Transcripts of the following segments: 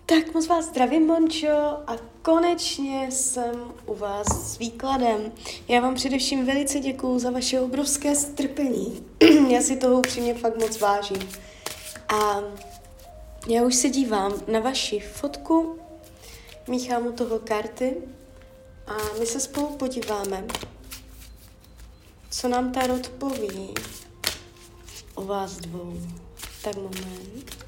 Tak moc vás zdravím, Mončo, a konečně jsem u vás s výkladem. Já vám především velice děkuju za vaše obrovské strpení. Já si toho upřímně fakt moc vážím. A já už se dívám na vaši fotku, míchám u toho karty a my se spolu podíváme, co nám tarot poví o vás dvou. Tak moment.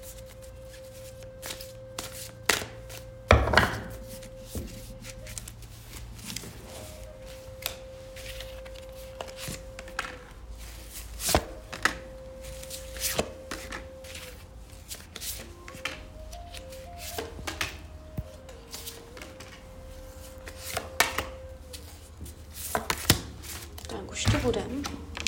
Tak už to budem.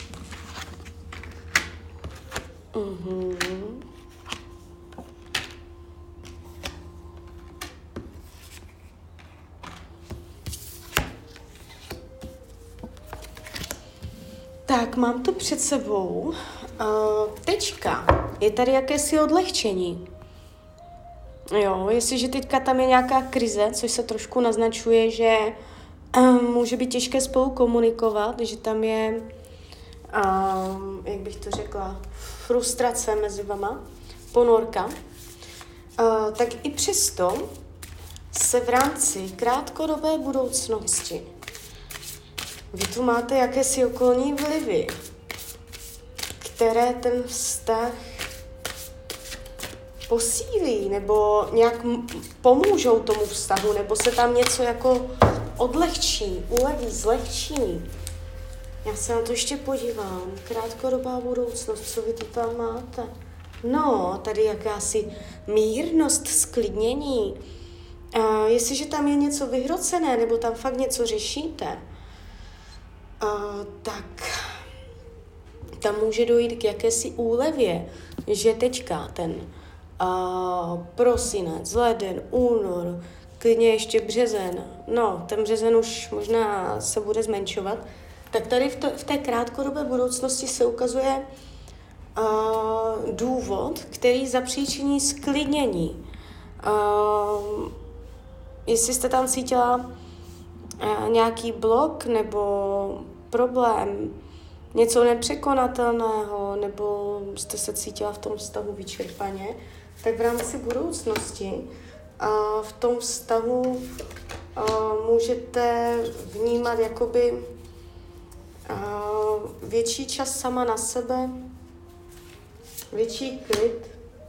Tak, mám to před sebou. Teďka je tady jakési odlehčení. Jo, jestliže teďka tam je nějaká krize, což se trošku naznačuje, že může být těžké spolu komunikovat, že tam je, jak bych to řekla, frustrace mezi vama, ponorka, tak i přesto se v rámci krátkodobé budoucnosti vy tu máte jakési okolní vlivy, které ten vztah posílí nebo nějak pomůžou tomu vztahu, nebo se tam něco jako odlehčí, uleví, zlehčí. Já se na to ještě podívám. Krátkodobá budoucnost, co vy tu tam máte? No, tady jakási mírnost, sklidnění. Jestliže tam je něco vyhrocené, nebo tam fakt něco řešíte, tak tam může dojít k jakési úlevě, že teďka ten prosinec, leden, únor, klidně ještě březen, no, ten březen už možná se bude zmenšovat, tak tady v té krátkodobé budoucnosti se ukazuje důvod, který zapříčiní sklidnění. Jestli jste tam cítila nějaký blok nebo problém, něco nepřekonatelného, nebo jste se cítila v tom vztahu vyčerpaně, tak v rámci budoucnosti v tom vztahu můžete vnímat jakoby větší čas sama na sebe, větší klid,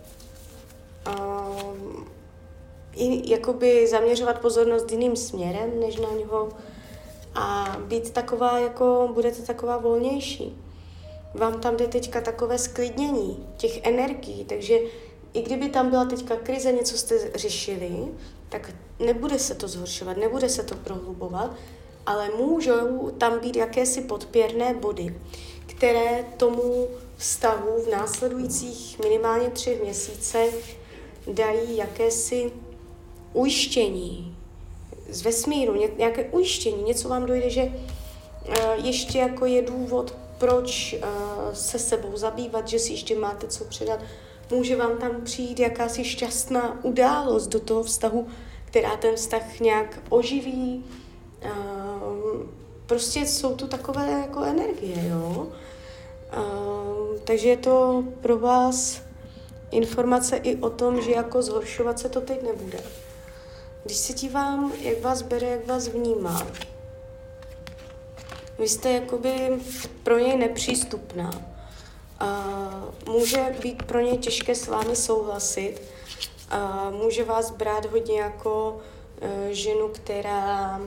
i jakoby zaměřovat pozornost jiným směrem, než na něho, a být taková, jako budete taková volnější. Vám tam jde teďka takové sklidnění těch energií, takže i kdyby tam byla teďka krize, něco jste řešili, tak nebude se to zhoršovat, nebude se to prohlubovat, ale můžou tam být jakési podpěrné body, které tomu vztahu v následujících minimálně 3 měsících dají jakési ujištění z vesmíru, nějaké ujištění, něco vám dojde, že ještě jako je důvod, proč se sebou zabývat, že si ještě máte co předat. Může vám tam přijít jakási šťastná událost do toho vztahu, která ten vztah nějak oživí. Prostě jsou tu takové jako energie, jo. Takže je to pro vás informace i o tom, že jako zhoršovat se to teď nebude. Když se dívám, jak vás bere, jak vás vnímá, vy jste jakoby pro něj nepřístupná. Může být pro něj těžké s vámi souhlasit. Může vás brát hodně jako ženu, která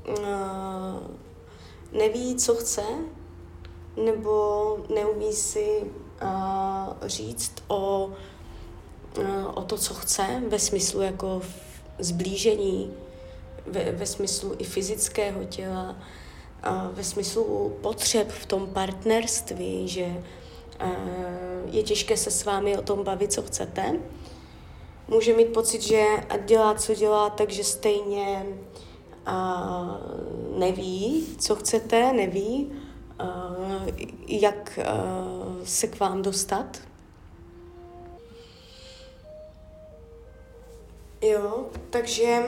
neví, co chce, nebo neumí si říct o to, co chce, ve smyslu jako zblížení, ve smyslu i fyzického těla, ve smyslu potřeb v tom partnerství, že je těžké se s vámi o tom bavit, co chcete. Může mít pocit, že dělá, co dělá, takže stejně neví, co chcete, neví, jak se k vám dostat. Jo, takže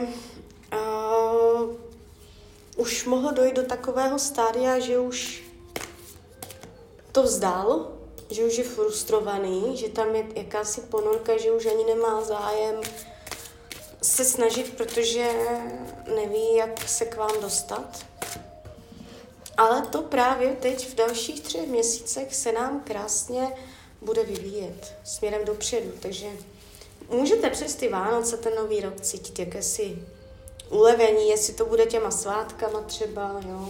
už mohlo dojít do takového stádia, že už to vzdal, že už je frustrovaný, že tam je jakási ponorka, že už ani nemá zájem se snažit, protože neví, jak se k vám dostat. Ale to právě teď v dalších 3 měsících se nám krásně bude vyvíjet směrem dopředu. Takže můžete přes ty Vánoce, ten nový rok cítit jakési ulevení, jestli to bude těma svátkama třeba, jo.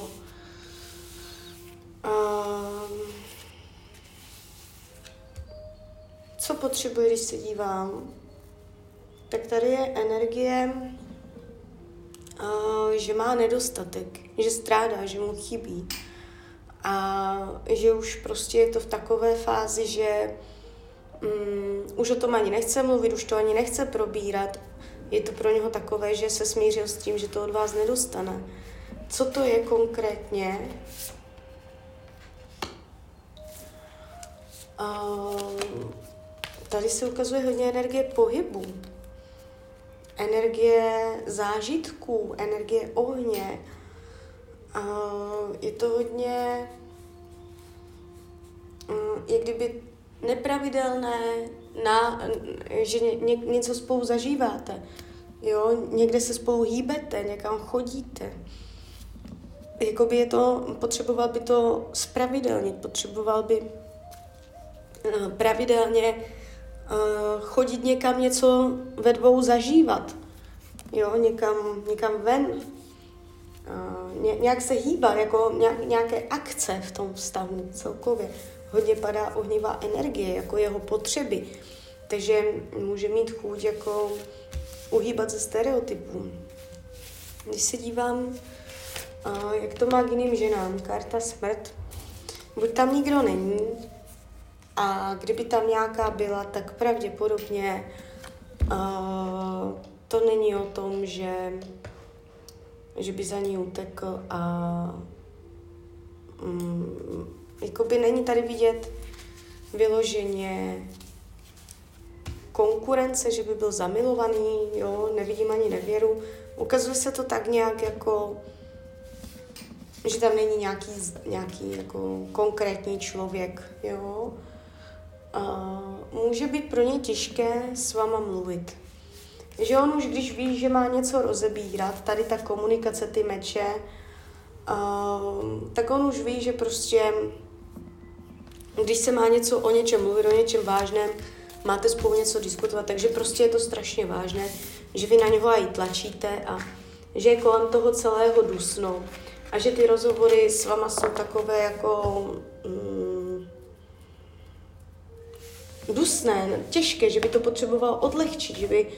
Co potřebuje, když se dívám? Tak tady je energie, že má nedostatek, že strádá, že mu chybí. A že už prostě je to v takové fázi, že už o tom ani nechce mluvit, už to ani nechce probírat. Je to pro něho takové, že se smířil s tím, že to od vás nedostane. Co to je konkrétně? Tady se ukazuje hodně energie pohybu, energie zážitků, energie ohně. Je to hodně, jak kdyby nepravidelné, že něco spolu zažíváte. Jo? Někde se spolu hýbete, někam chodíte. Jakoby je to, potřeboval by to spravidelnit, potřeboval by pravidelně chodit někam něco ve dvou zažívat. Jo? Někam ven. Nějak se hýbat, jako nějaké akce v tom vztahu celkově. Hodně padá ohnivá energie, jako jeho potřeby. Takže může mít chuť jako uhýbat ze stereotypů. Když se dívám, jak to má k jiným ženám, karta smrt, buď tam nikdo není, a kdyby tam nějaká byla, tak pravděpodobně to není o tom, že by za ní utekl a jakoby není tady vidět vyloženě konkurence, že by byl zamilovaný, jo, nevidím ani nevěru. Ukazuje se to tak nějak jako, že tam není nějaký jako konkrétní člověk, jo. Může být pro něj těžké s váma mluvit. Že on už, když ví, že má něco rozebírat, tady ta komunikace, ty meče, tak on už ví, že prostě, když se má něco o něčem mluvit, o něčem vážném, máte spolu něco diskutovat, takže prostě je to strašně vážné, že vy na něho i tlačíte a že je kolem toho celého dusno a že ty rozhovory s váma jsou takové jako dusné, těžké, že by to potřeboval odlehčit, že by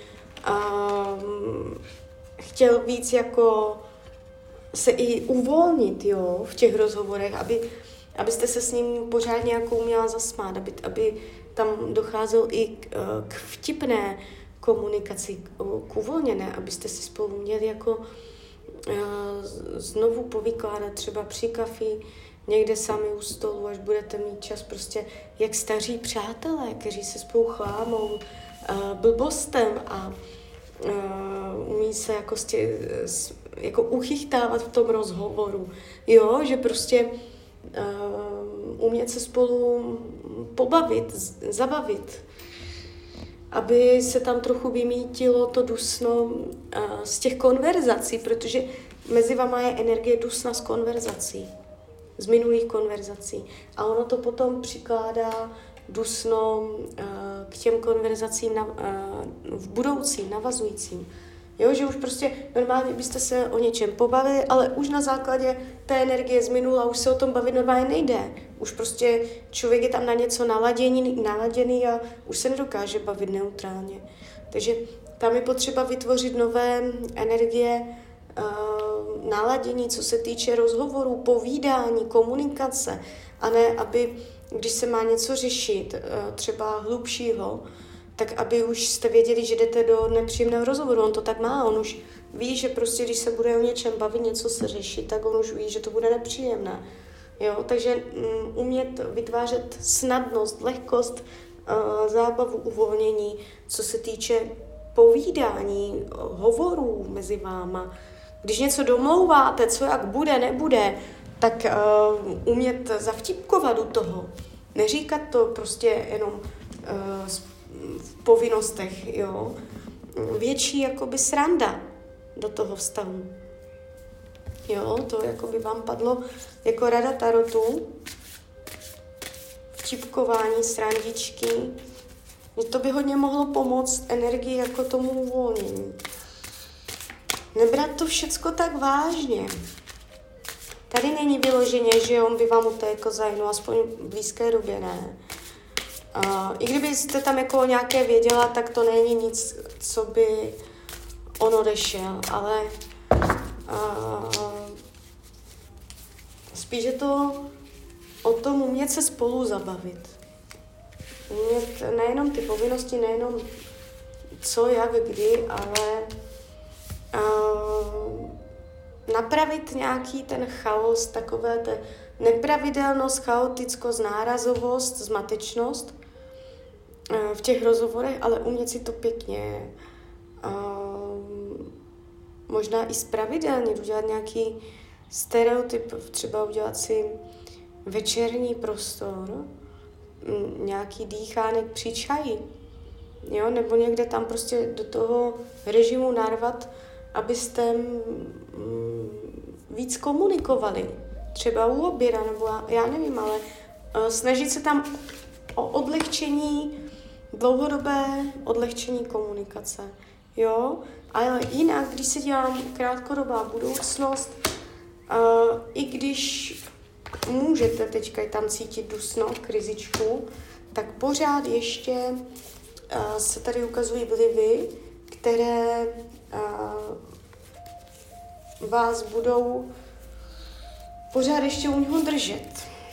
chtěl víc jako se i uvolnit, jo, v těch rozhovorech, abyste se s ním pořádně jako uměla zasmát, aby tam docházel i k vtipné komunikaci, k uvolněné, abyste si spolu měli jako znovu povykládat třeba při kafi, někde sami u stolu, až budete mít čas prostě jak staří přátelé, kteří se spolu chlámou blbostem a umí se jako uchychtávat v tom rozhovoru. Jo, že prostě umět se spolu pobavit, zabavit, aby se tam trochu vymítilo to dusno z těch konverzací, protože mezi vama je energie dusna z konverzací, z minulých konverzací. A ono to potom přikládá dusno k těm konverzacím v budoucím, navazujícím. Jo, že už prostě normálně byste se o něčem pobavili, ale už na základě té energie z minula už se o tom bavit normálně nejde. Už prostě člověk je tam na něco naladěný a už se nedokáže bavit neutrálně. Takže tam je potřeba vytvořit nové energie, naladění, co se týče rozhovorů, povídání, komunikace, a ne, aby, když se má něco řešit, třeba hlubšího, tak aby už jste věděli, že jdete do nepříjemného rozhovoru. On to tak má, on už ví, že prostě, když se bude o něčem bavit, něco se řešit, tak on už ví, že to bude nepříjemné. Jo? Takže umět vytvářet snadnost, lehkost, zábavu, uvolnění, co se týče povídání, hovorů mezi váma. Když něco domlouváte, co jak bude, nebude, tak umět zavtipkovat u toho. Neříkat to prostě jenom v povinnostech, jo. Větší jakoby sranda do toho vztahu. Jo, to jakoby vám padlo jako rada tarotu. Vtipkování, srandičky. To by hodně mohlo pomoct energii jako tomu uvolnění. Nebrat to všecko tak vážně. Tady není vyloženě, že on by vám utekl za jinou, aspoň v blízké době ne. I kdybyste tam jako nějaké věděla, tak to není nic, co by on odešel, ale spíš je to o tom umět se spolu zabavit. Umět nejenom ty povinnosti, nejenom co, jak, kdy, ale napravit nějaký ten chaos, takové té nepravidelnost, chaotickost, nárazovost, zmatečnost v těch rozhovorech, ale umět si to pěkně možná i spravidelně udělat nějaký stereotyp, třeba udělat si večerní prostor, nějaký dýchánek při čaji, jo, nebo někde tam prostě do toho režimu narvat, abyste víc komunikovali. Třeba u oběda, nebo já nevím, ale snažit se tam o odlehčení, dlouhodobé odlehčení komunikace. Jo, ale jinak, když se dělám krátkodobá budoucnost, i když můžete teďka tam cítit dusno, krizičku, tak pořád ještě se tady ukazují vlivy, které vás budou pořád ještě u něho držet.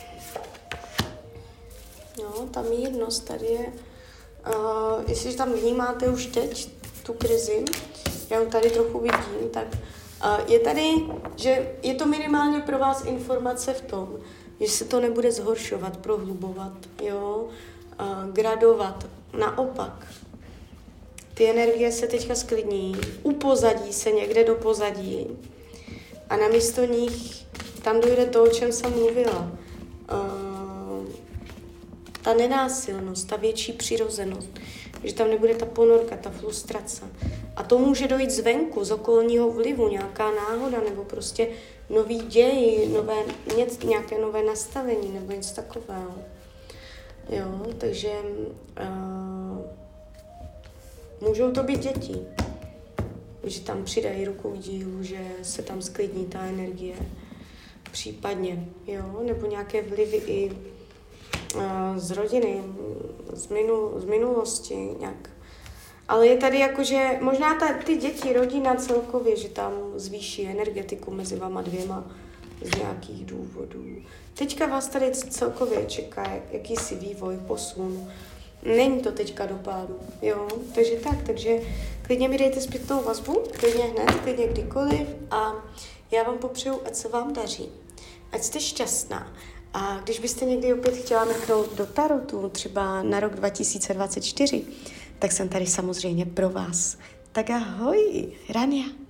No, ta mírnost tady je, jestliže tam vnímáte už teď tu krizi, já ho tady trochu vidím, tak je tady, že je to minimálně pro vás informace v tom, že se to nebude zhoršovat, prohlubovat, jo, gradovat. Naopak, ty energie se teďka sklidní, upozadí se někde do pozadí a namísto nich tam dojde to, o čem jsem mluvila. Ta nenásilnost, ta větší přirozenost, že tam nebude ta ponorka, ta frustrace. A to může dojít zvenku, z okolního vlivu, nějaká náhoda, nebo prostě nový děj, nějaké nové nastavení, nebo něco takového. Jo, takže můžou to být děti, že tam přidají ruku k dílu, že se tam sklidní ta energie, případně, jo, nebo nějaké vlivy i z rodiny, z minulosti nějak. Ale je tady jakože možná ty děti, rodina celkově, že tam zvýší energetiku mezi váma dvěma z nějakých důvodů. Teďka vás tady celkově čeká jakýsi vývoj, posun. Není to teďka do pádu, jo? Takže klidně mi dejte zpětnou vazbu, klidně hned, klidně kdykoliv a já vám popřeju, ať se vám daří. Ať jste šťastná. A když byste někdy opět chtěla mrknout do tarotu, třeba na rok 2024, tak jsem tady samozřejmě pro vás. Tak ahoj, Rania.